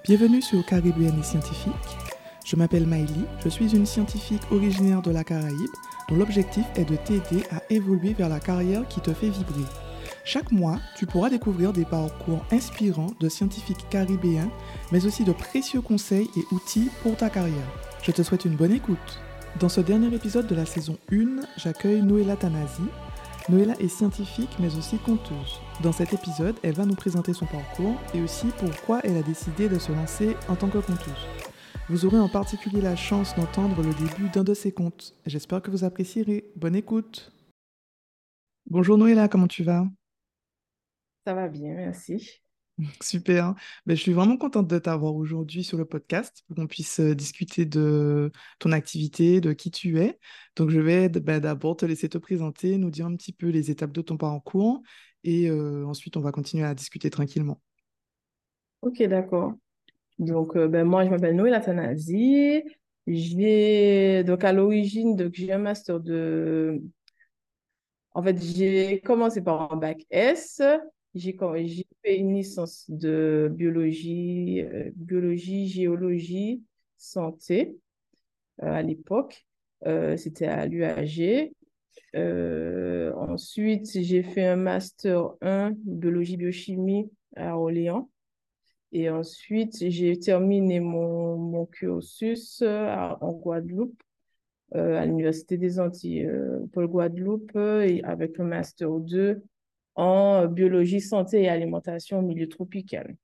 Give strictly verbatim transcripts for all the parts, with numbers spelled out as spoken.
Bienvenue sur Caribéenne et Scientifique. Je m'appelle Maïli, je suis une scientifique originaire de la Caraïbe dont l'objectif est de t'aider à évoluer vers la carrière qui te fait vibrer. Chaque mois, tu pourras découvrir des parcours inspirants de scientifiques caribéens, mais aussi de précieux conseils et outils pour ta carrière. Je te souhaite une bonne écoute. Dans ce dernier épisode de la saison un, j'accueille Noéla Tanasi. Noéla est scientifique mais aussi conteuse. Dans cet épisode, elle va nous présenter son parcours et aussi pourquoi elle a décidé de se lancer en tant que conteuse. Vous aurez en particulier la chance d'entendre le début d'un de ses contes. J'espère que vous apprécierez. Bonne écoute. Bonjour Noéla, comment tu vas? Ça va bien, merci. Super. Ben, je suis vraiment contente de t'avoir aujourd'hui sur le podcast pour qu'on puisse euh, discuter de ton activité, de qui tu es. Donc, je vais d- ben, d'abord te laisser te présenter, nous dire un petit peu les étapes de ton parcours et euh, ensuite on va continuer à discuter tranquillement. Ok, d'accord. Donc, euh, ben, moi, je m'appelle Noël Athanasi. J'ai, donc, à l'origine, donc, j'ai un master de... En fait, j'ai commencé par un bac S. J'ai com- j'ai fait une licence de biologie, euh, biologie, géologie, santé, euh, à l'époque. Euh, c'était à l'U A G. Euh, ensuite, j'ai fait un master un biologie, biochimie à Orléans. Et ensuite, j'ai terminé mon, mon cursus euh, à- en Guadeloupe, euh, à l'Université des Antilles, euh, Paul Guadeloupe, euh, et avec un master deux en euh, biologie, santé et alimentation au milieu tropical.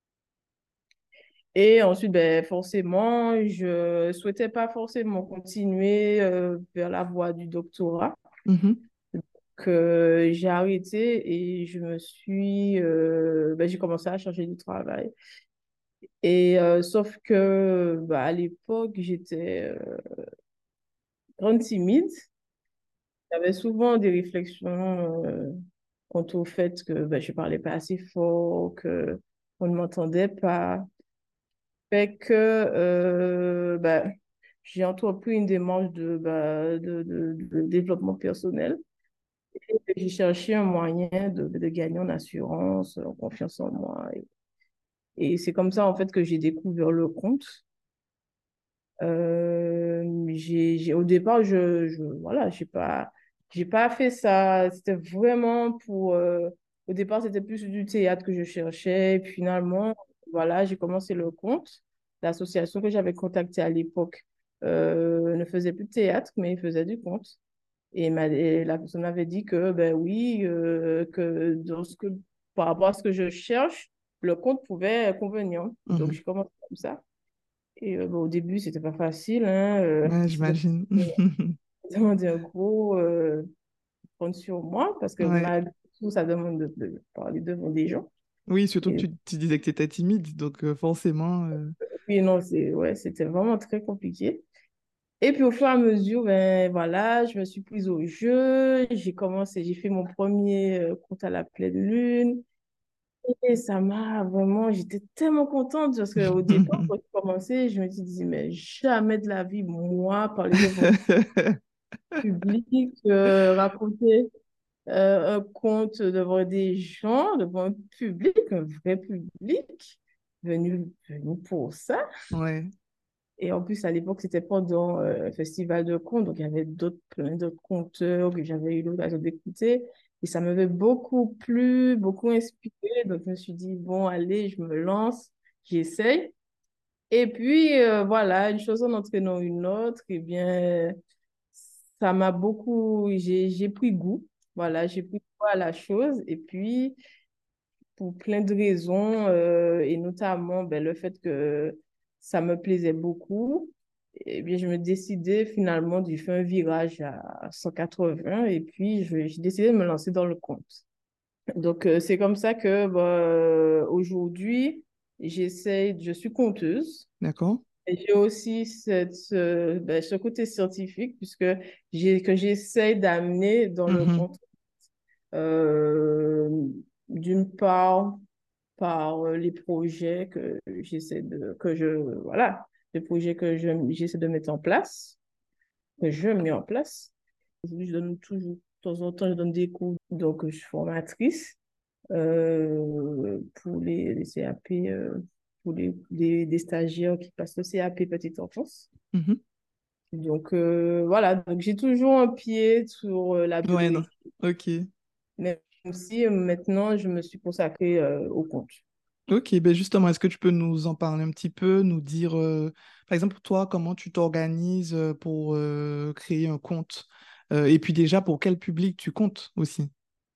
Et ensuite, ben, forcément, je souhaitais pas forcément continuer euh, vers la voie du doctorat, Mhm, que j'ai arrêté et je me suis, euh, ben, j'ai commencé à chercher du travail. Et euh, sauf que bah, à l'époque, j'étais euh, grande timide. J'avais souvent des réflexions euh, quant au fait que bah, je parlais pas assez fort, que on ne m'entendait pas. Fait que euh, bah, j'ai entrepris une démarche de, bah, de, de, de développement personnel. J'ai cherché un moyen de, de gagner en assurance, en confiance en moi. Et, et c'est comme ça, en fait, que j'ai découvert le compte. Euh, j'ai, j'ai, au départ, je, je, voilà, j'ai pas, j'ai pas fait ça. C'était vraiment pour, euh, au départ, c'était plus du théâtre que je cherchais. Et puis finalement, voilà, j'ai commencé le compte. L'association que j'avais contactée à l'époque, euh, ne faisait plus de théâtre, mais il faisait du conte. Et, ma, et la personne m'avait dit que, ben oui, euh, que dans ce que, par rapport à ce que je cherche, le compte pouvait convenir. Donc, mhm. j'ai commencé comme ça. Et euh, bon, au début, c'était pas facile, hein, euh, Ouais, c'était j'imagine. demandé un gros euh, prendre sur moi parce que Ouais. malgré tout, ça demande de, de parler devant des gens. Oui, surtout que Et tu, tu disais que tu étais timide, donc euh, forcément. euh, puis non, c'est ouais, c'était vraiment très compliqué. Et puis au fur et à mesure, ben voilà, je me suis prise au jeu, j'ai commencé, j'ai fait mon premier euh, compte à la pleine lune. Et ça m'a vraiment, j'étais tellement contente parce qu'au départ, quand j'ai commencé, je me suis dit, mais jamais de la vie, moi, parler devant public, euh, raconter euh, un compte devant des gens, devant un public, un vrai public, venu, venu pour ça. Ouais. Et en plus, à l'époque, c'était pendant euh, un festival de contes, donc il y avait d'autres, plein d'autres conteurs que j'avais eu l'occasion d'écouter. Et ça m'avait beaucoup plu, beaucoup inspiré. Donc, je me suis dit, bon, allez, je me lance, j'essaye. Et puis, euh, voilà, une chose en entraînant une autre, eh bien, ça m'a beaucoup, j'ai, j'ai pris goût. Voilà, j'ai pris goût à la chose. Et puis, pour plein de raisons, euh, et notamment ben, le fait que ça me plaisait beaucoup, eh bien, je me décidais finalement de faire un virage à cent quatre-vingts et puis je- j'ai décidé de me lancer dans le compte. Donc, euh, c'est comme ça que bah, aujourd'hui, j'essaie, je suis conteuse. D'accord. Et j'ai aussi cette, euh, ben, ce côté scientifique, puisque j'ai, que j'essaie d'amener dans le Mhm, compte, euh, d'une part, par euh, les projets que j'essaie de, que je, voilà, les projets que je, j'essaie de mettre en place, que je mets en place. Je donne toujours, de temps en temps, je donne des cours, donc je suis formatrice euh, pour les, les C A P, euh, pour les, des, des stagiaires qui passent le C A P Petite Enfance. Mhm. Donc euh, voilà, donc j'ai toujours un pied sur euh, la Ouais, non. biologie, Ok. même si euh, maintenant je me suis consacrée euh, au compte. Ok, ben justement, est-ce que tu peux nous en parler un petit peu, nous dire, euh, par exemple, toi, comment tu t'organises euh, pour euh, créer un compte? Euh, et puis déjà, pour quel public tu comptes aussi?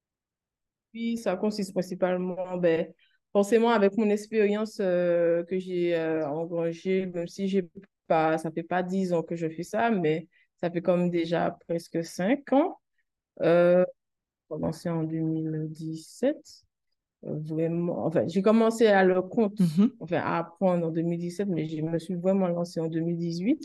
Puis ça consiste principalement, ben, forcément avec mon expérience euh, que j'ai euh, engrangée, même si j'ai pas, ça fait pas dix ans que je fais ça, mais ça fait comme déjà presque cinq ans. Euh, j'ai commencé en deux mille dix-sept. Euh, vraiment, enfin, j'ai commencé à le compte, Mhm, enfin, à apprendre en deux mille dix-sept, mais je me suis vraiment lancée en deux mille dix-huit.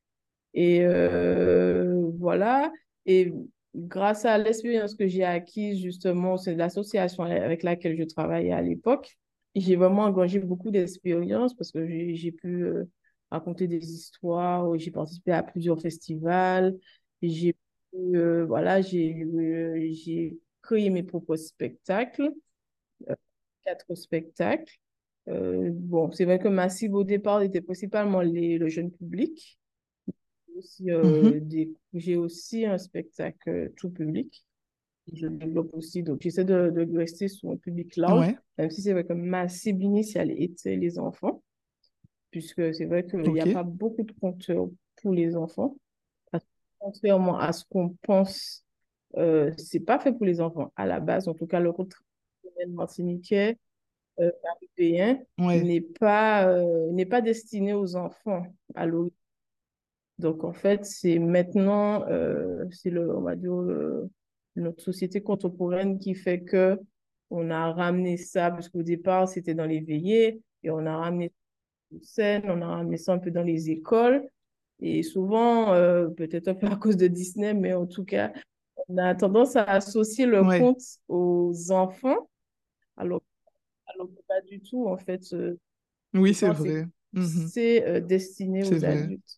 Et euh, voilà. Et grâce à l'expérience que j'ai acquise, justement, c'est l'association avec laquelle je travaillais à l'époque, j'ai vraiment engagé beaucoup d'expérience parce que j'ai j'ai pu euh, raconter des histoires, j'ai participé à plusieurs festivals, j'ai pu, euh, voilà, j'ai euh, j'ai créé mes propres spectacles, euh, quatre spectacles. Euh, bon, c'est vrai que ma cible au départ était principalement les, le jeune public aussi, mhm. euh, des... j'ai aussi un spectacle euh, tout public. Je le développe aussi. Donc, j'essaie de, de rester sur un public large, Ouais, même si c'est vrai que ma cible initiale était les enfants, puisque c'est vrai qu'il n'y ok. a pas beaucoup de compteurs pour les enfants. Parce que contrairement à ce qu'on pense, euh, c'est pas fait pour les enfants. À la base, en tout cas, le compte traditionnel martiniquais, euh, caribéen, Ouais, n'est pas, euh, n'est pas destiné aux enfants à l'origine. Donc, en fait, c'est maintenant, euh, c'est le, on va dire, le- notre société contemporaine qui fait que on a ramené ça, parce qu'au départ, c'était dans les veillées, et on a ramené ça sur scène, on a ramené ça un peu dans les écoles. Et souvent, euh, peut-être un peu à cause de Disney, mais en tout cas, on a tendance à associer le ouais. conte aux enfants, alors, alors que pas du tout, en fait. Euh, au Oui, c'est départ, c'est vrai. Mhm. c'est, euh, destiné C'est aux vrai. adultes.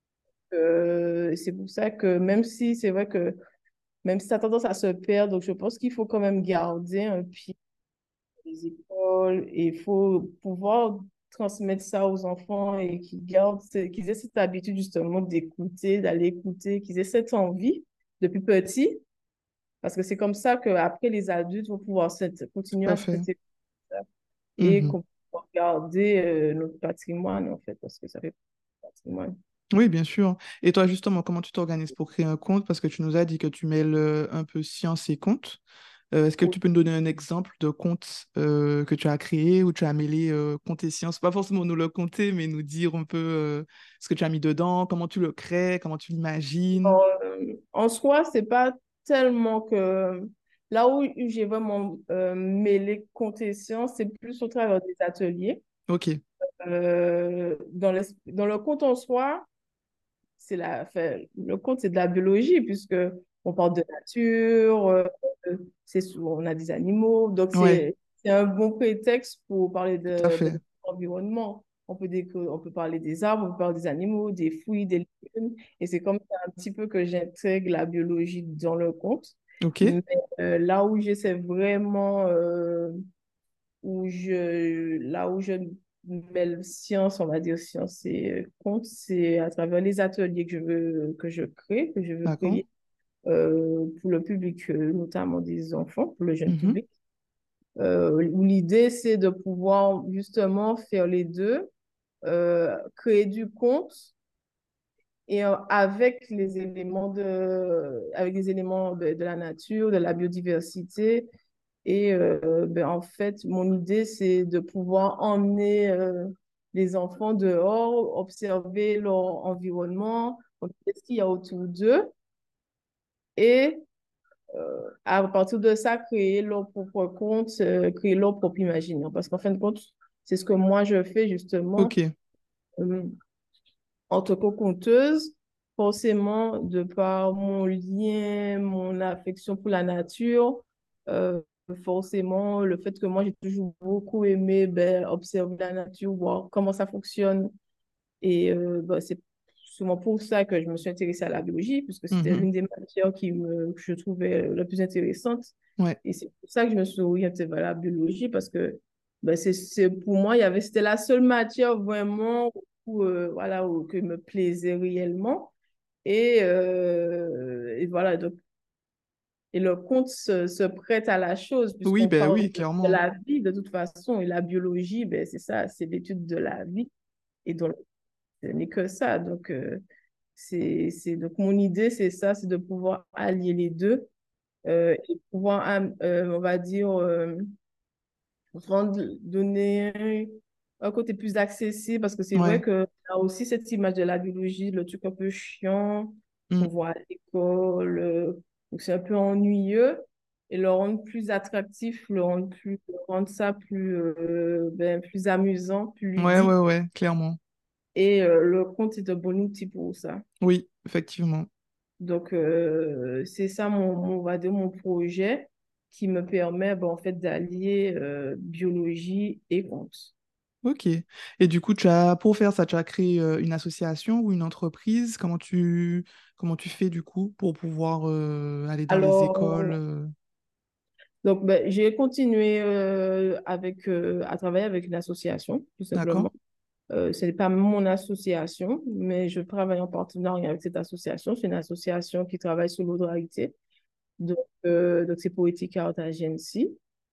Euh, c'est pour ça que même si c'est vrai que même si ça a tendance à se perdre, donc je pense qu'il faut quand même garder un pied dans les écoles et il faut pouvoir transmettre ça aux enfants et qu'ils gardent, ce- qu'ils aient cette habitude justement d'écouter, d'aller écouter, qu'ils aient cette envie depuis petit, parce que c'est comme ça qu'après les adultes vont pouvoir cette- continuer Tout à à fait. cette écoute et Mhm. qu'on peut garder euh, notre patrimoine en fait, parce que ça fait partie du patrimoine. Oui, bien sûr. Et toi, justement, comment tu t'organises pour créer un compte? Parce que tu nous as dit que tu mêles euh, un peu science et compte. Euh, est-ce que tu peux nous donner un exemple de compte euh, que tu as créé ou tu as mêlé euh, compte et science? Pas forcément nous le compter, mais nous dire un peu euh, ce que tu as mis dedans, comment tu le crées, comment tu l'imagines. Euh, en soi, c'est pas tellement que là où j'ai vraiment euh, mêlé comptes et sciences, c'est plus au travers des ateliers. Ok, Euh, dans le, dans le compte en soi, c'est la, enfin, le compte, c'est de la biologie, puisque on parle de nature, euh, c'est, sou- on a des animaux, donc ouais, c'est, c'est un bon prétexte pour parler tout à de, de fait. l'environnement. On peut, déco- on peut parler des arbres, on peut parler des animaux, des fruits, des légumes, et c'est comme ça un petit peu que j'intègre la biologie dans le compte. Ok, Mais euh, là où j'essaie vraiment, euh, où je, là où je mêle science, on va dire science et euh, compte, c'est à travers les ateliers que je veux, que je crée, que je veux d'accord. créer euh, pour le public, euh, notamment des enfants, pour le jeune Mhm. public, euh, où l'idée, c'est de pouvoir justement faire les deux, euh, créer du compte et euh, avec les éléments de, avec les éléments de, de la nature, de la biodiversité. Et euh, ben, en fait, mon idée, c'est de pouvoir emmener euh, les enfants dehors, observer leur environnement, ce qu'il y a autour d'eux, et euh, à partir de ça, créer leur propre conte, euh, créer leur propre imaginaire. Parce qu'en fin de compte, c'est ce que moi je fais justement. Ok. Euh, En tant que conteuse, forcément, de par mon lien, mon affection pour la nature, euh, forcément, le fait que moi, j'ai toujours beaucoup aimé ben, observer la nature, voir comment ça fonctionne. Et euh, ben, c'est souvent pour ça que je me suis intéressée à la biologie, puisque c'était Mhm. l'une des matières qui me, que je trouvais la plus intéressante. Ouais. Et c'est pour ça que je me suis orientée vers la biologie, parce que ben c'est, c'est, pour moi, il y avait, c'était la seule matière vraiment où, euh, voilà, où, que me plaisait réellement. Et, euh, et voilà, donc, et le conte se, se prête à la chose, Oui, puisqu'on ben parle oui, de, de clairement. la vie de toute façon. Et la biologie, ben, c'est ça, c'est l'étude de la vie. Et donc, ce n'est que ça. Donc, euh, c'est, c'est, donc, mon idée, c'est ça, c'est de pouvoir allier les deux euh, et pouvoir, am- euh, on va dire, euh, rendre, donner un, un côté plus accessible parce que c'est vrai Ouais. que y a aussi cette image de la biologie, le truc un peu chiant Mm. qu'on voit à l'école, euh, donc c'est un peu ennuyeux et le rendre plus attractif, le rendre plus, le rendre ça plus, euh, ben, plus amusant, plus Ouais, ouais, ludique ouais, clairement. et euh, le conte est un bon outil pour ça. Oui, effectivement. Donc, euh, c'est ça mon, mon, on va dire, mon projet qui me permet ben, en fait d'allier euh, biologie et conte. Ok. Et du coup, tu as, pour faire ça, tu as créé euh, une association ou une entreprise? Comment tu, comment tu fais du coup pour pouvoir euh, aller dans les écoles? Alors, euh, donc, ben, j'ai continué euh, avec, euh, à travailler avec une association, tout D'accord? simplement. Euh, ce n'est pas mon association, mais je travaille en partenariat avec cette association. C'est une association qui travaille sur l'autorité. Donc, euh, donc c'est Poetic Art Agency,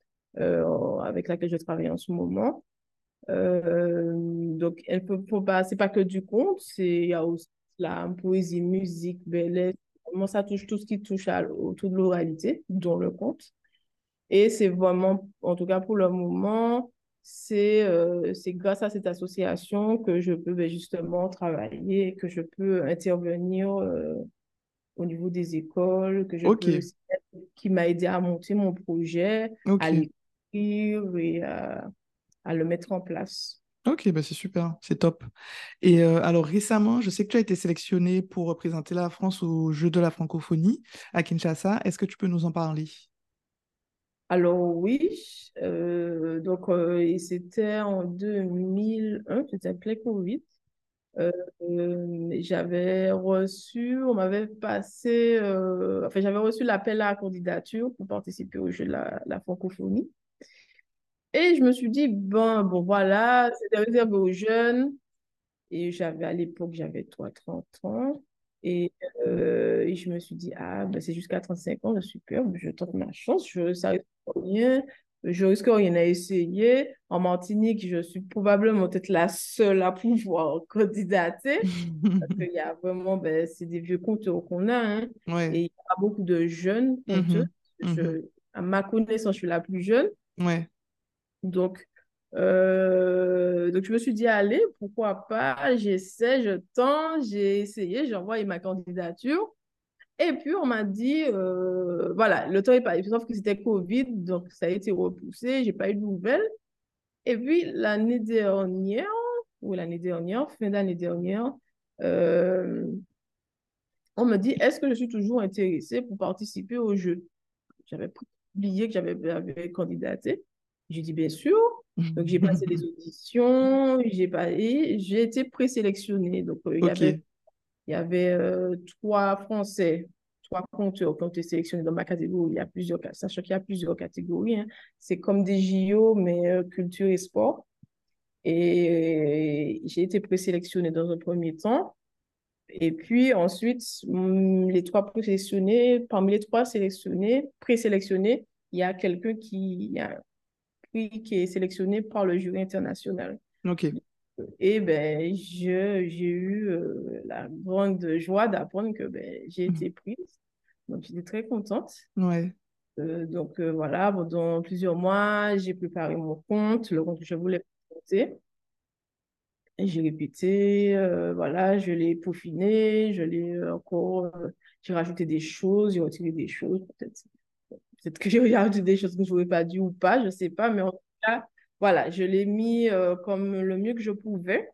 euh, avec laquelle je travaille en ce moment. Euh, donc, elle peut, faut pas, c'est pas que du conte, c'est, il y a aussi la poésie, musique, ballet. Vraiment, ça touche tout ce qui touche à, autour de l'oralité, dont le conte. Et c'est vraiment, en tout cas pour le moment, c'est euh, c'est grâce à cette association que je peux ben, justement travailler, que je peux intervenir euh, au niveau des écoles, que je Ok, peux, qui m'a aidé à monter mon projet, à ok. l'écrire et à, à le mettre en place. Ok, bah c'est super, c'est top. Et euh, alors récemment, je sais que tu as été sélectionné pour représenter la France aux Jeux de la francophonie à Kinshasa. Est-ce que tu peux nous en parler? Alors oui, euh, donc euh, et c'était en deux mille un, c'était plein Covid. Euh, euh, j'avais reçu, on m'avait passé, euh, enfin j'avais reçu l'appel à la candidature pour participer au jeu de la, la francophonie. Et je me suis dit, bon, bon voilà, c'était réservé aux jeunes. Et j'avais à l'époque, j'avais toi trente ans. Et, euh, et je me suis dit, ah, ben, c'est jusqu'à trente-cinq ans, superbe, je tente ma chance, je, ça risque rien, je risque rien à essayer. En Martinique, je suis probablement peut-être la seule à pouvoir candidater, parce qu'il y a vraiment, ben, c'est des vieux compteurs qu'on a, hein, Ouais. et il y a beaucoup de jeunes compteurs. Mhm. Mhm. Je, à ma connaissance, je suis la plus jeune. Ouais. Donc, euh, donc, je me suis dit, allez, pourquoi pas, j'essaie, je tente, j'ai essayé, j'ai envoyé ma candidature. Et puis, on m'a dit, euh, voilà, le temps est pas, sauf que c'était Covid, donc ça a été repoussé, j'ai pas eu de nouvelles. Et puis, l'année dernière, ou l'année dernière, fin d'année dernière, euh, on me dit, est-ce que je suis toujours intéressée pour participer au jeu? J'avais oublié que j'avais j'avais candidaté. J'ai dit bien sûr. Donc, j'ai passé les auditions, j'ai pas, et j'ai été présélectionnée. Donc, euh, il y avait, Ok. il y avait euh, trois Français, trois compteurs qui ont été sélectionnés dans ma catégorie. Il y a plusieurs, sachant qu'il y a plusieurs catégories, hein. C'est comme des J O, mais euh, culture et sport. Et euh, j'ai été présélectionnée dans un premier temps. Et puis ensuite, hum, les trois présélectionnés, parmi les trois sélectionnés, présélectionnés, il y a quelqu'un qui, il y a un prix qui est sélectionné par le jury international. Ok. Et ben, je, j'ai eu euh, la grande joie d'apprendre que ben, j'ai été prise. Donc, j'étais très contente. Ouais. Euh, donc, euh, voilà, pendant plusieurs mois, j'ai préparé mon compte, le compte que je voulais présenter. Et j'ai répété, euh, voilà, je l'ai peaufiné, je l'ai euh, encore, euh, j'ai rajouté des choses, j'ai retiré des choses, peut-être, peut-être que j'ai rajouté des choses que je n'aurais pas dû ou pas, je ne sais pas, mais en tout cas, voilà, je l'ai mis euh, comme le mieux que je pouvais.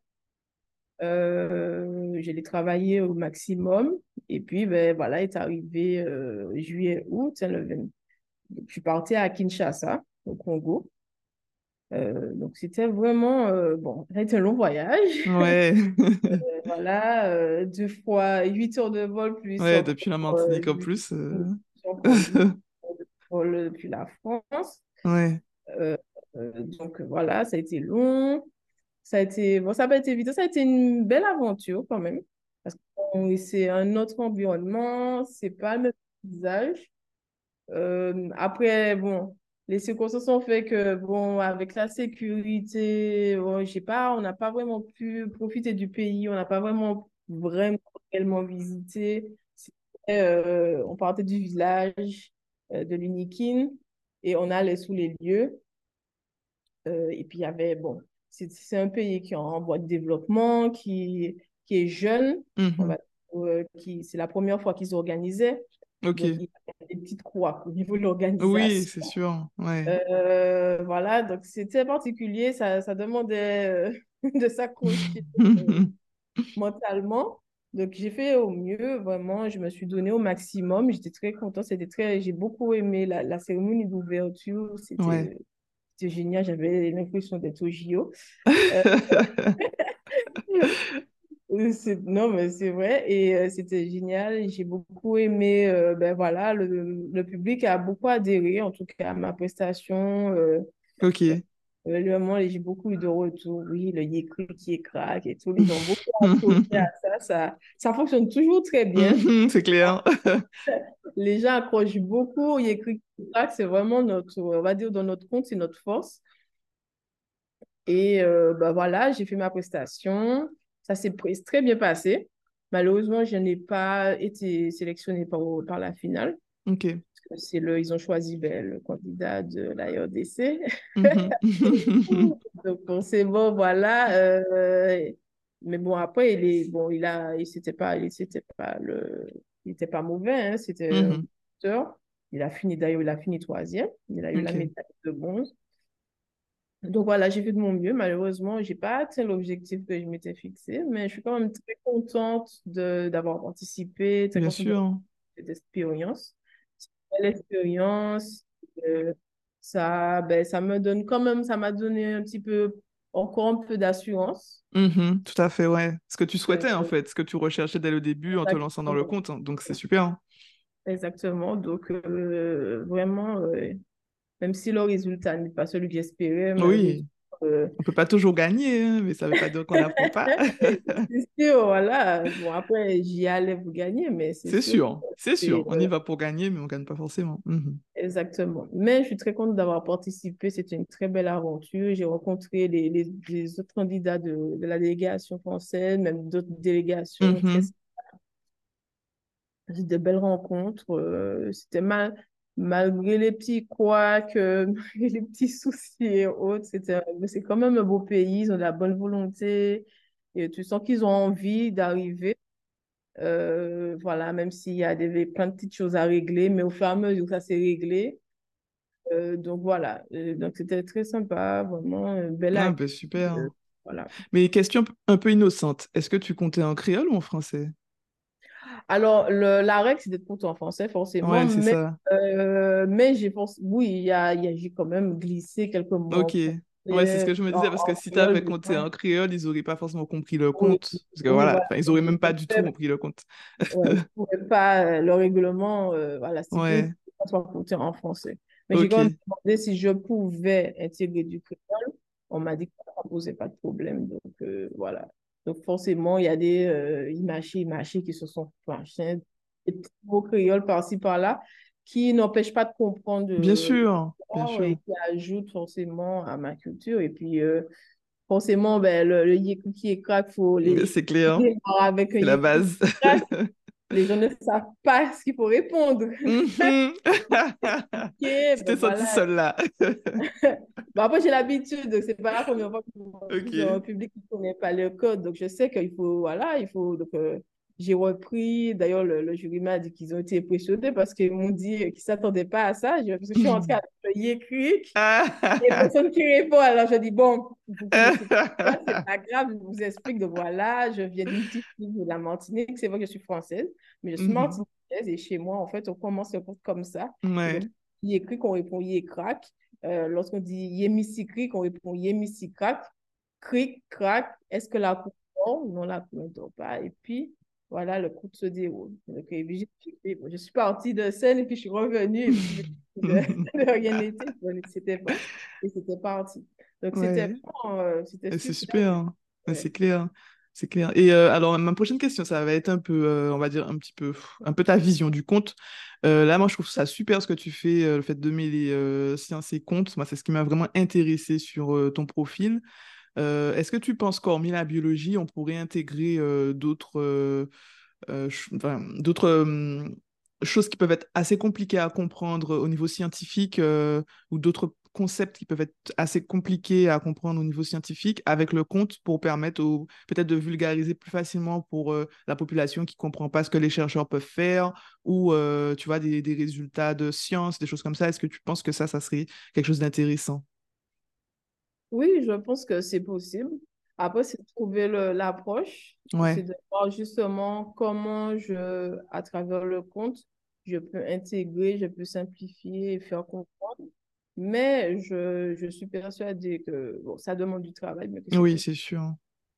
Euh, je l'ai travaillé au maximum. Et puis, ben, voilà, est arrivé euh, juillet, août, hein, le vingt. Je suis partie à Kinshasa, au Congo. Euh, donc, c'était vraiment, euh, bon, ça a été un long voyage. Ouais. Voilà, euh, deux fois huit heures de vol, plus Ouais, encore, depuis la euh, Martinique en huit- plus. euh. encore huit heures de vol depuis la France. Ouais. Euh, Euh, donc voilà, ça a été long. Ça a été, bon, ça n'a pas été évident. Ça a été une belle aventure quand même. Parce que bon, c'est un autre environnement, c'est pas le même paysage. Euh, après, bon, les circonstances ont fait que, bon, avec la sécurité, bon, je sais pas, on n'a pas vraiment pu profiter du pays, on n'a pas vraiment, vraiment, réellement visité. C'était, euh, on partait du village euh, de l'Unikin et on allait sous les lieux. Euh, et puis, il y avait, bon, c'est c'est un pays qui est en voie de développement, qui, qui est jeune, on Mhm. va, euh, qui, c'est la première fois qu'ils s'organisaient. Donc, Ok. il y a des petites croix au niveau de Oui, l'organisation. c'est sûr. Ouais. Euh, voilà, donc c'était particulier, ça, ça demandait euh, de s'accrocher euh, mentalement. Donc, j'ai fait au mieux, vraiment, je me suis donné au maximum. J'étais très contente, c'était très, j'ai beaucoup aimé la, la cérémonie d'ouverture, Ouais. c'était c'était génial, j'avais l'impression d'être au J O. Euh, euh, c'est- non, mais c'est vrai, et euh, c'était génial. J'ai beaucoup aimé, euh, ben voilà, le, le public a beaucoup adhéré, en tout cas, à ma prestation. Euh, Ok. euh, le moment, j'ai beaucoup eu de retours. Oui, le yékri qui est crack et tout, ils ont beaucoup accroché à ça. Ça, ça fonctionne toujours très bien. Mhm, c'est clair. Les gens accrochent beaucoup au yékri qui est crack, c'est vraiment notre, on va dire, dans notre compte, c'est notre force. Et euh, bah voilà, j'ai fait ma prestation. Ça s'est pr- très bien passé. Malheureusement, je n'ai pas été sélectionnée par, par la finale. Ok. Parce que c'est le, ils ont choisi ben, le candidat de la R D C. Mhm. Donc, bon, c'est bon, voilà. Euh, mais bon, après, il est, bon, il a, il s'était pas, il s'était pas le, il était pas mauvais, hein, c'était un Mhm. acteur. Il a fini, d'ailleurs, il a fini troisième. Il a eu la Ok. médaille de bronze. Donc voilà, j'ai fait de mon mieux. Malheureusement, j'ai pas atteint l'objectif que je m'étais fixé, mais je suis quand même très contente de d'avoir participé, très Bien contente d'avoir sûr. fait cette expérience. C'est une belle expérience. Euh, ça, ben, ça me donne quand même, ça m'a donné un petit peu, encore un peu d'assurance. Mhm, tout à fait, ouais. Ce que tu Euh, souhaitais, en fait, ce que tu recherchais dès le début en te lançant dans le exactement. compte, hein. Donc, c'est super, hein. Exactement. Donc, euh, vraiment, euh, même si le résultat n'est pas celui que j'espérais, malheureusement, Oui, euh, on peut pas toujours gagner, hein, mais ça veut pas dire qu'on n'apprend pas. c'est sûr, voilà. Bon, après, j'y allais pour gagner, mais c'est C'est sûr. sûr, c'est sûr. C'est, On euh, y va pour gagner, mais on gagne pas forcément. Mhm. exactement. Mais je suis très contente d'avoir participé. C'était une très belle aventure. J'ai rencontré les, les, les autres candidats de, de la délégation française, même d'autres délégations. Très, Mhm. j'ai de belles rencontres. Euh, c'était mal, malgré les petits couacs, euh, malgré les petits soucis et autres. C'était, mais c'est quand même un beau pays. Ils ont de la bonne volonté. Et tu sens qu'ils ont envie d'arriver. Euh, voilà, même s'il y a des, plein de petites choses à régler, mais au fur et à mesure que ça s'est réglé. Euh, donc voilà, Euh, donc c'était très sympa, vraiment un bel Ah, accueil. ben super. Euh, voilà. Mais question un peu innocente. Est-ce que tu comptais en créole ou en français? Alors, le, la règle, c'est d'être content en français, forcément, Ouais, c'est mais, ça. euh, mais j'ai pensé, oui, il y a, il y a, j'ai quand même glissé quelques mots en Ok. Ouais, c'est ce français, que je me en, disais, parce que en si tu avais créole, des compté fois. en créole, ils auraient pas forcément compris le Oui, compte. Parce que oui, voilà, voilà. enfin, ils auraient Je même pas du tout ne compris le compte. ouais, je pourrais pas, euh, le règlement, euh, voilà, stipule que Ouais, ça soit compté en français. Mais j'ai quand même ok. demandé si je pouvais intégrer du créole. On m'a dit que ça ne posait pas de problème. Donc, euh, voilà. Donc, forcément, il y a des euh, imachés, imachés qui se sont penchés, des petits mots créoles par-ci, par-là, qui n'empêchent pas de comprendre Bien euh, sûr, bien l'histoire et sûr. qui ajoutent forcément à ma culture. Et puis, euh, forcément, ben, le, le yékou qui est crack, il faut les C'est clair. démarrer avec un C'est la yékou qui base. est crack. Les gens ne savent pas ce qu'il faut répondre. Mhm. Ok, Tu ben t'es senti voilà. seule là. Bon, après, j'ai l'habitude, donc c'est pas la première fois que je suis dans un Ok. public qui ne connaît pas le code. Donc, je sais qu'il faut, voilà, il faut. Donc, euh, j'ai repris. D'ailleurs, le, le jury m'a dit qu'ils ont été impressionnés parce qu'ils m'ont dit qu'ils ne s'attendaient pas à ça. Je, parce que je suis entrée à y écrire. Il n'y a Ah. personne qui répond. Alors, je dis, bon, vous connaissez pas, c'est pas grave, je vous explique. Donc, voilà, je viens d'une petite ville de la Martinique. C'est vrai que je suis française, mais je suis Mhm. martiniquaise et chez moi, en fait, on commence le compte comme ça. Et donc, Ouais. il écrit qu'on répond yé crack. Euh, lorsqu'on dit yémissi on répond yémissi crack. Cric, crack. Est-ce que la coupe dort? Non, la coupe ne dort pas. Et puis, voilà, le coup se déroule. Donc, et puis, j'ai- j'ai- bon, je suis partie de scène et puis je suis revenue. de, de rien n'était, c'était pas, et c'était parti. Donc, c'était Ouais. vraiment, euh, c'était Et c'est super. super, hein. Ouais, Ouais. c'est clair, c'est clair. Et euh, alors, ma prochaine question, ça va être un peu, euh, on va dire, un petit peu, un peu ta vision du conte. Euh, là, moi, je trouve ça super ce que tu fais, euh, le fait de mêler euh, science et conte. Moi, c'est ce qui m'a vraiment intéressé sur euh, ton profil. Euh, est-ce que tu penses qu'hormis la biologie, on pourrait intégrer euh, d'autres euh, euh, ch- enfin, d'autres euh, choses qui peuvent être assez compliquées à comprendre au niveau scientifique euh, ou d'autres concepts qui peuvent être assez compliqués à comprendre au niveau scientifique avec le conte pour permettre au- peut-être de vulgariser plus facilement pour euh, la population qui comprend pas ce que les chercheurs peuvent faire ou euh, tu vois des, des résultats de science, des choses comme ça. Est-ce que tu penses que ça, ça serait quelque chose d'intéressant? Oui, je pense que c'est possible. Après, c'est de trouver le- l'approche, c'est Ouais, de voir justement comment je, à travers le compte, je peux intégrer, je peux simplifier et faire comprendre. Mais je, je suis persuadée que bon, ça demande du travail, mais que c'est oui, possible. c'est sûr.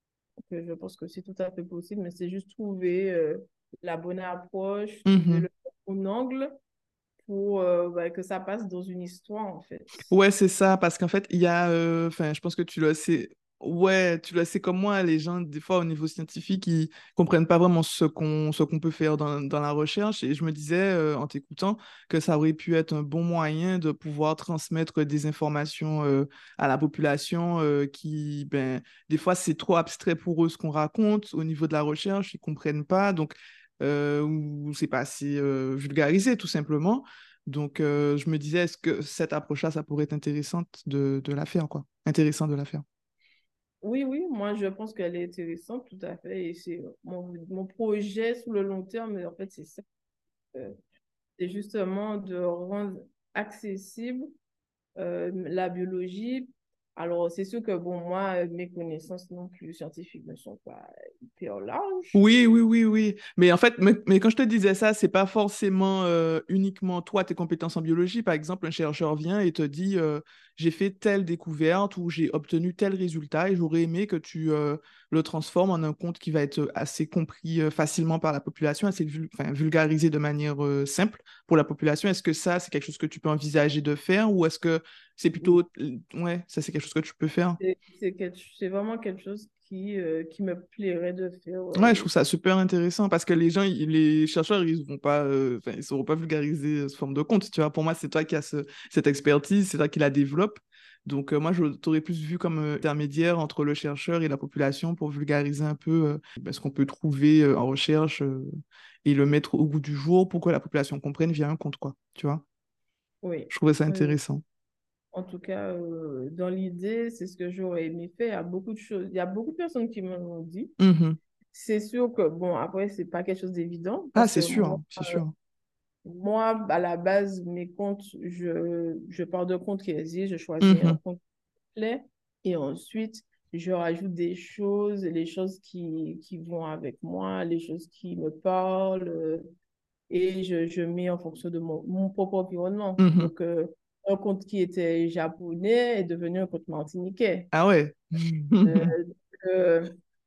Que je pense que c'est tout à fait possible, mais c'est juste trouver euh, la bonne approche, trouver Mhm. le bon angle pour euh, bah, que ça passe dans une histoire, en fait. Ouais, c'est ça, parce qu'en fait, il y a, euh, enfin, je pense que tu le sais, ouais, tu le sais comme moi, les gens, des fois, au niveau scientifique, ils comprennent pas vraiment ce qu'on ce qu'on peut faire dans, dans la recherche, et je me disais, euh, en t'écoutant, que ça aurait pu être un bon moyen de pouvoir transmettre des informations euh, à la population euh, qui, ben, des fois, c'est trop abstrait pour eux ce qu'on raconte au niveau de la recherche, ils comprennent pas, donc, euh, ou c'est pas assez euh, vulgarisé, tout simplement. Donc, euh, je me disais, est-ce que cette approche-là, ça pourrait être intéressante de, de la faire, quoi. Intéressant de la faire. Oui, oui, moi je pense qu'elle est intéressante, tout à fait. Et c'est mon, mon projet sur le long terme, mais en fait, c'est ça. euh, C'est justement de rendre accessible euh, la biologie. Alors, c'est sûr que, bon, moi, mes connaissances non plus scientifiques ne sont pas hyper larges. Oui, oui, oui, oui. Mais en fait, mais, mais quand je te disais ça, c'est pas forcément euh, uniquement toi, tes compétences en biologie. Par exemple, un chercheur vient et te dit, euh, j'ai fait telle découverte ou j'ai obtenu tel résultat et j'aurais aimé que tu euh, le transformes en un conte qui va être assez compris euh, facilement par la population, assez vul- enfin, vulgarisé de manière euh, simple pour la population. Est-ce que ça, c'est quelque chose que tu peux envisager de faire ou est-ce que c'est plutôt... Ouais, ça, c'est quelque chose que tu peux faire? C'est c'est quelque- c'est vraiment quelque chose qui, euh, qui me plairait de faire, euh, Ouais, je trouve oui. ça super intéressant parce que les gens, ils- les chercheurs, ils vont pas, euh, enfin, ils sauront pas vulgariser euh, sous forme de compte, tu vois. Pour moi, c'est toi qui as ce- cette expertise, c'est toi qui la développe. Donc, euh, moi, je t'aurais plus vu comme euh, intermédiaire entre le chercheur et la population pour vulgariser un peu euh, ben, ce qu'on peut trouver euh, en recherche euh, et le mettre au goût du jour pour que la population comprenne via un compte, quoi. Tu vois? Oui. Je trouvais ça Oui, oui. intéressant. En tout cas, euh, dans l'idée, c'est ce que j'aurais aimé faire. Il y a beaucoup de choses, il y a beaucoup de personnes qui me l'ont dit. Mhm. C'est sûr que, bon, après, c'est pas quelque chose d'évident Ah, parce c'est que sûr, moi, hein, c'est sûr. moi, à la base, mes comptes, je, je pars de comptes qui existent, je choisis un Mhm. compte complet et ensuite, je rajoute des choses, les choses qui, qui vont avec moi, les choses qui me parlent euh, et je, je mets en fonction de mon, mon propre environnement. Mhm. Donc, euh, un compte qui était japonais est devenu un compte martiniquais. Ah ouais. Euh, euh,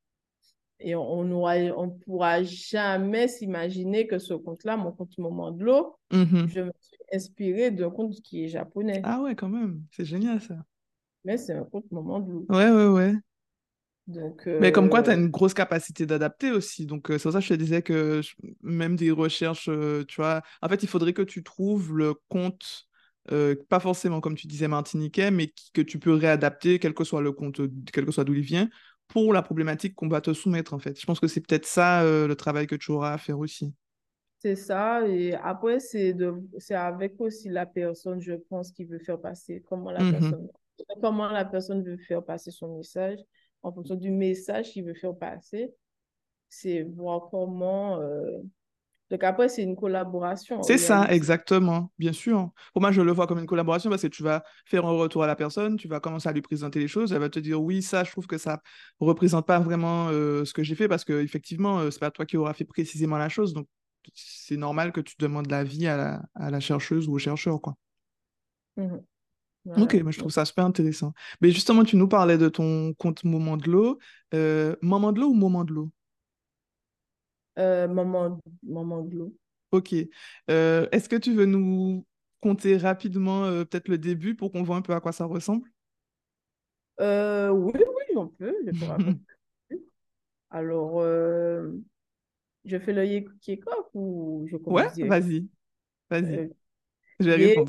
Et on on aura, on pourra jamais s'imaginer que ce conte-là, mon conte Moment de l'eau, Mhm. je me suis inspirée d'un conte qui est japonais. Ah ouais, quand même. C'est génial, ça. Mais c'est un conte Moment de l'eau. Ouais, ouais, ouais. Donc, Mais comme quoi, tu as euh, une grosse capacité d'adapter aussi. Donc, euh, c'est pour ça que je te disais que je- même des recherches, euh, tu vois, en fait, il faudrait que tu trouves le compte, euh, pas forcément comme tu disais martiniquais, mais qui- que tu peux réadapter, quel que soit le compte, euh, quel que soit d'où il vient, pour la problématique qu'on va te soumettre, en fait. Je pense que c'est peut-être ça, euh, le travail que tu auras à faire aussi. c'est ça. Et après, c'est de, c'est avec aussi la personne, je pense, qui veut faire passer, comment la Mhm. personne, comment la personne veut faire passer son message, en fonction du message qu'il veut faire passer. C'est voir comment. euh, Donc après, c'est une collaboration en C'est ça, réalité. exactement, bien sûr. Pour moi, je le vois comme une collaboration parce que tu vas faire un retour à la personne, tu vas commencer à lui présenter les choses, elle va te dire oui, ça, je trouve que ça représente pas vraiment euh, ce que j'ai fait parce que effectivement, euh, c'est pas toi qui auras fait précisément la chose, donc c'est normal que tu demandes l'avis à la, à la chercheuse ou au chercheur, quoi. Mhm. Ok, Voilà. moi je trouve ça super intéressant. Mais justement, tu nous parlais de ton compte Moment de l'eau. Euh, Moment de l'eau ou Moment de l'eau? Euh, maman, maman Glo. Ok. Euh, est-ce que tu veux nous raconter rapidement euh, peut-être le début pour qu'on voit un peu à quoi ça ressemble? Euh, oui, oui, on peut, je peux raconter. Alors, euh, je fais le yé- kick-off ou je Ouais, commence direct? vas-y, vas-y, Euh, je vais Yé, répondre.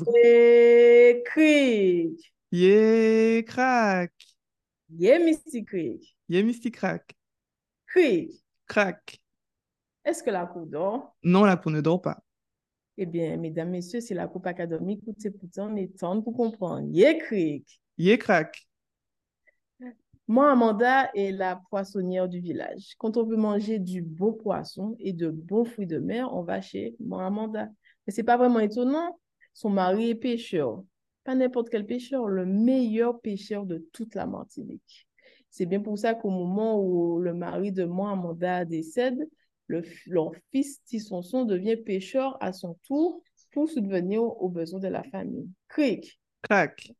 cric. Yé, crack. Yé, Misty Cric. Yé, Misty crack. Cric. Crack. Est-ce que la cour dort? Non, la cour ne dort pas. Eh bien, mesdames, messieurs, c'est la coupe académique. Écoutez, pourtant, on est temps pour comprendre. Yé, cric. Yé, crack. Moi, Amanda est la poissonnière du village. Quand on veut manger du beau poisson et de bons fruits de mer, on va chez moi, Amanda. Mais c'est pas vraiment étonnant. Son mari est pêcheur. Pas n'importe quel pêcheur, le meilleur pêcheur de toute la Martinique. C'est bien pour ça qu'au moment où le mari de moi, Amanda, décède, le, leur fils Tissonson devient pêcheur à son tour pour subvenir aux besoins de la famille. Cric. Crack.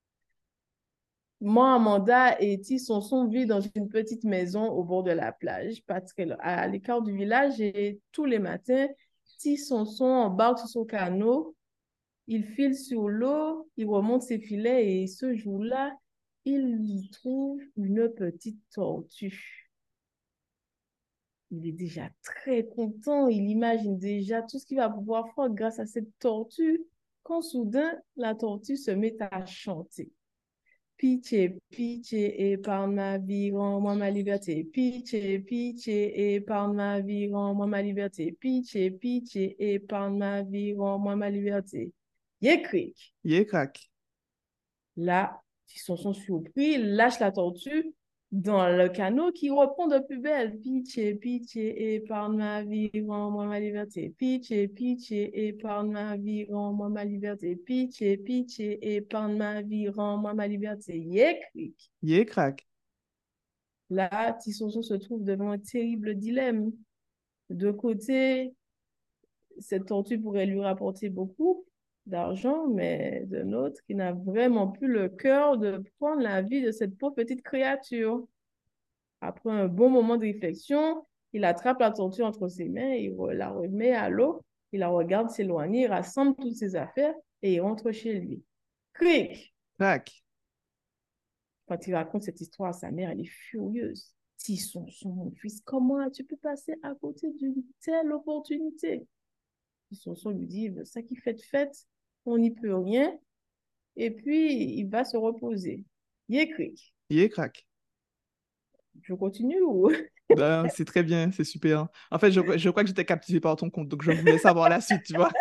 Moi, Amanda et Tissonson vivent dans une petite maison au bord de la plage, parce qu'à à l'écart du village, et tous les matins, Tissonson embarque sur son canot, il file sur l'eau, il remonte ses filets et ce jour-là, il y trouve une petite tortue. Il est déjà très content, il imagine déjà tout ce qu'il va pouvoir faire grâce à cette tortue, quand soudain, la tortue se met à chanter. Pitié, pitié, épargne ma vie, rends-moi ma liberté. Pitié, pitié, épargne ma vie, rends-moi ma liberté. Pitié, pitié, épargne ma vie, rends-moi ma liberté. Yécric. Yé, crack. Là, ils sont, sont surpris, lâchent la tortue dans le canot qui reprend de plus belle. Pitié, pitié, épargne ma vie, rends-moi ma liberté. Pitié, pitié, épargne ma vie, rends-moi ma liberté. Pitié, pitié, épargne ma vie, rends-moi ma liberté. Yécric. Yé, crack. Là, Tissonson se trouve devant un terrible dilemme. De côté, cette tortue pourrait lui rapporter beaucoup d'argent, mais d'un autre qui n'a vraiment plus le cœur de prendre la vie de cette pauvre petite créature. Après un bon moment de réflexion, il attrape la tortue entre ses mains, il la remet à l'eau, il la regarde s'éloigner, il rassemble toutes ses affaires et il rentre chez lui. Cric! Crack. Quand il raconte cette histoire à sa mère, elle est furieuse. Tisson, son mon fils, comment as-tu pu passer à côté d'une telle opportunité? Son lui dit, ça qui fait de fête, on n'y peut rien. Et puis, il va se reposer. Yécric. Yé, crack. Je continue ou... Ben, c'est très bien, c'est super. En fait, je, je crois que j'étais captivée par ton compte, donc je voulais savoir la suite, tu vois.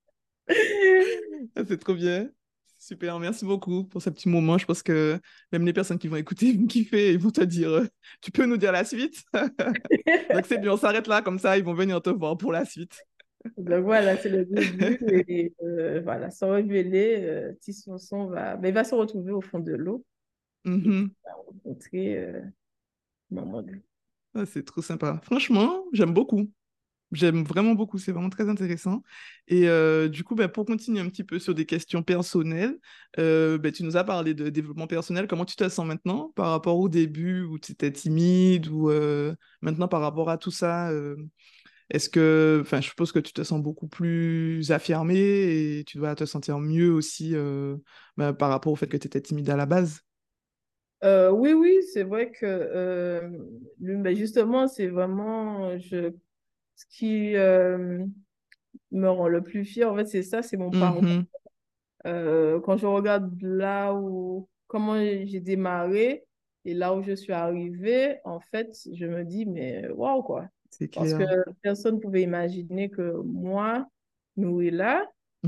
C'est trop bien. Super, merci beaucoup pour ce petit moment. Je pense que même les personnes qui vont écouter vont kiffer et vont te dire, euh, tu peux nous dire la suite? Donc c'est bien, on s'arrête là, comme ça, ils vont venir te voir pour la suite. Donc voilà, c'est le début. Et euh, voilà, sans révéler, euh, Tisson va... Ben, il va se retrouver au fond de l'eau et puis Mhm. il va rencontrer euh, Mamadou. Ah, c'est trop sympa. Franchement, j'aime beaucoup. J'aime vraiment beaucoup, c'est vraiment très intéressant. Et euh, du coup, ben, pour continuer un petit peu sur des questions personnelles, euh, ben, tu nous as parlé de développement personnel. Comment tu te sens maintenant par rapport au début où tu étais timide ou euh, maintenant par rapport à tout ça, euh, est-ce que, enfin, je suppose que tu te sens beaucoup plus affirmé et tu dois te sentir mieux aussi euh, ben, par rapport au fait que tu étais timide à la base. Euh, oui, oui, c'est vrai que euh, lui, ben, justement, c'est vraiment je, ce qui euh, me rend le plus fier. En fait, c'est ça, c'est mon parcours. Mhm. Euh, quand je regarde là où, comment j'ai démarré et là où je suis arrivée, en fait, je me dis, mais waouh, quoi. C'est Parce que clair. personne ne pouvait imaginer que moi, nous et là,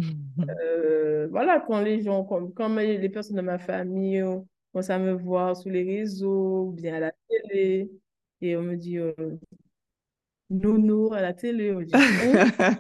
euh, voilà, quand les gens, comme, quand mes- les personnes de ma famille euh, commencent à me voir sur les réseaux, ou bien à la télé, et on me dit, euh, Nono à la télé, on me dit, hein?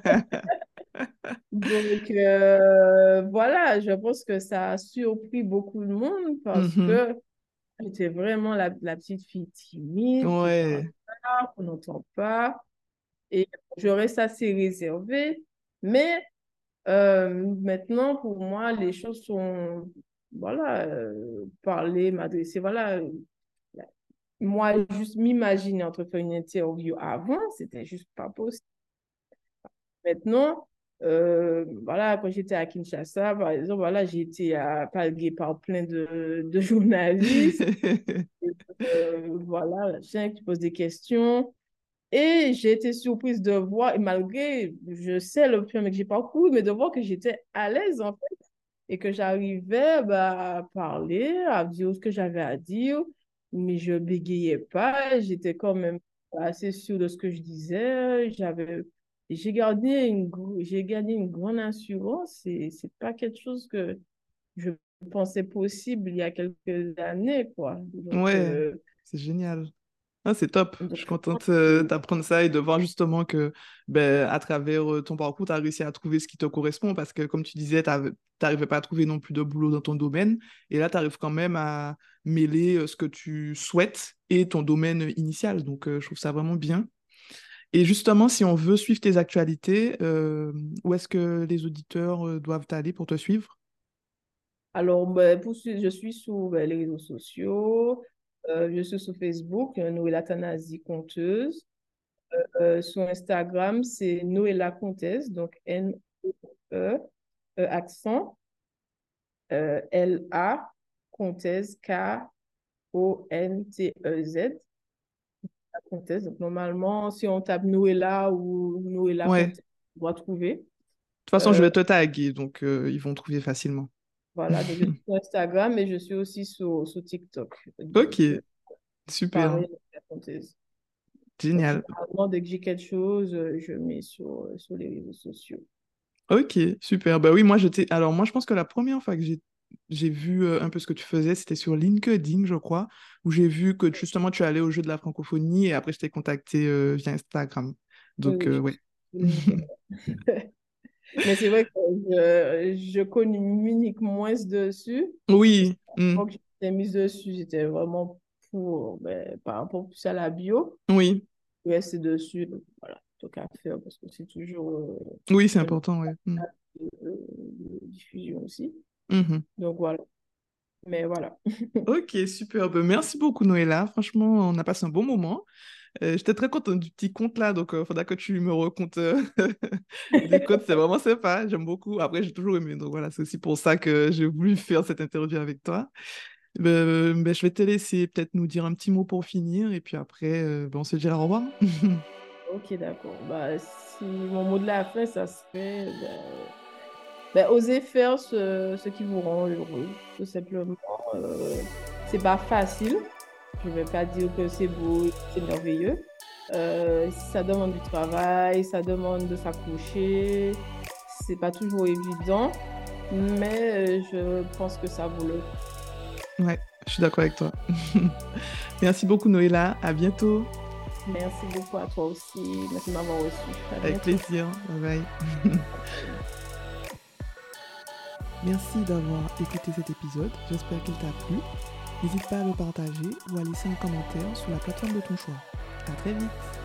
Donc, euh, voilà, je pense que ça a surpris beaucoup de monde parce Mhm. que j'étais vraiment la, la petite fille timide qui parle Ouais, pas, qu'on n'entend pas. Et je reste assez réservée. Mais euh, maintenant, pour moi, les choses sont, voilà, euh, parler, m'adresser, voilà. Moi, juste m'imaginer entre faire une interview avant, c'était juste pas possible. Maintenant, Euh, voilà, quand j'étais à Kinshasa, par exemple, voilà, j'ai été à- parlé par plein de, de journalistes. Euh, voilà, chien qui pose des questions. Et j'ai été surprise de voir, et malgré, je sais le chemin que j'ai parcouru, mais de voir que j'étais à l'aise, en fait, et que j'arrivais bah, à parler, à dire ce que j'avais à dire, mais je bégayais pas, j'étais quand même assez sûre de ce que je disais, j'avais, j'ai gardé une, gr- j'ai gagné une grande assurance, et c'est pas quelque chose que je pensais possible il y a quelques années, quoi. Donc, Ouais, euh, c'est génial. Ah, c'est top. Je suis donc, contente euh, d'apprendre ça et de voir justement que ben, à travers euh, ton parcours, tu as réussi à trouver ce qui te correspond parce que, comme tu disais, tu n'arrivais pas à trouver non plus de boulot dans ton domaine. Et là, tu arrives quand même à mêler euh, ce que tu souhaites et ton domaine initial. Donc, euh, je trouve ça vraiment bien. Et justement, si on veut suivre tes actualités, euh, où est-ce que les auditeurs euh, doivent aller pour te suivre? alors, ben, pour, suivre, je suis sur ben, les réseaux sociaux. Euh, je suis sur Facebook, euh, Noëlla Tanasi Conteuse. Euh, sur Instagram, c'est Noëlla Conteuse, donc N-O-E, euh, accent, euh, L-A, Conteuse, K-O-N-T-E-Z, la Conteuse. Donc, normalement, si on tape Noëlla ou Noëlla Ouais. De Conteuse, on va trouver. toute façon, je Euh, vais te taguer, donc euh, ils vont trouver facilement. voilà, donc je suis sur Instagram et je suis aussi sur, sur TikTok. Ok, Donc, euh, super, pareil, Noëlla Conteuse. Donc, génial. généralement, dès que j'ai quelque chose, euh, je mets sur, sur les réseaux sociaux. Ok, super. Bah oui, moi j'étais. Alors moi, je pense que la première fois que j'ai j'ai vu euh, un peu ce que tu faisais, c'était sur LinkedIn, je crois, où j'ai vu que justement tu allais au jeu de la francophonie et après je t'ai contacté euh, via Instagram. Oui, Donc oui, euh, je ouais. suis sur LinkedIn. Mais c'est vrai que je, je communique moins dessus. Parce Oui, qu'à hmm, l'époque, j'étais mise dessus, j'étais vraiment pour, ben, par rapport plus à la bio, oui, rester dessus. Donc, voilà, tout qu'à faire parce que c'est toujours euh, oui, c'est un important, ouais. Hmm, de, de diffusion aussi. mhm. Donc voilà. Mais voilà. Ok, super. Bah, merci beaucoup, Noëlla. Franchement, on a passé un bon moment. Euh, j'étais très contente du petit conte là, donc il faudra que tu me racontes euh, les contes, c'est vraiment sympa, j'aime beaucoup. Après, j'ai toujours aimé, donc voilà, c'est aussi pour ça que j'ai voulu faire cette interview avec toi. Euh, ben, je vais te laisser peut-être nous dire un petit mot pour finir, et puis après, euh, ben, on se dira au revoir. Ok, d'accord. Bah, si mon mot de la fin, ça serait ben, ben, osez faire ce, ce qui vous rend heureux. Tout simplement, euh, c'est pas facile. Je vais pas dire que c'est beau, c'est merveilleux. Euh, ça demande du travail, ça demande de s'accrocher. C'est pas toujours évident, mais euh, je pense que ça vaut le coup. Ouais, je suis d'accord avec toi. Merci beaucoup, Noëlla. À bientôt. Merci beaucoup à toi aussi. Merci de m'avoir reçu. À Avec bientôt. plaisir. Bye bye. Merci d'avoir écouté cet épisode. J'espère qu'il t'a plu. N'hésite pas à le partager ou à laisser un commentaire sur la plateforme de ton choix. À très vite.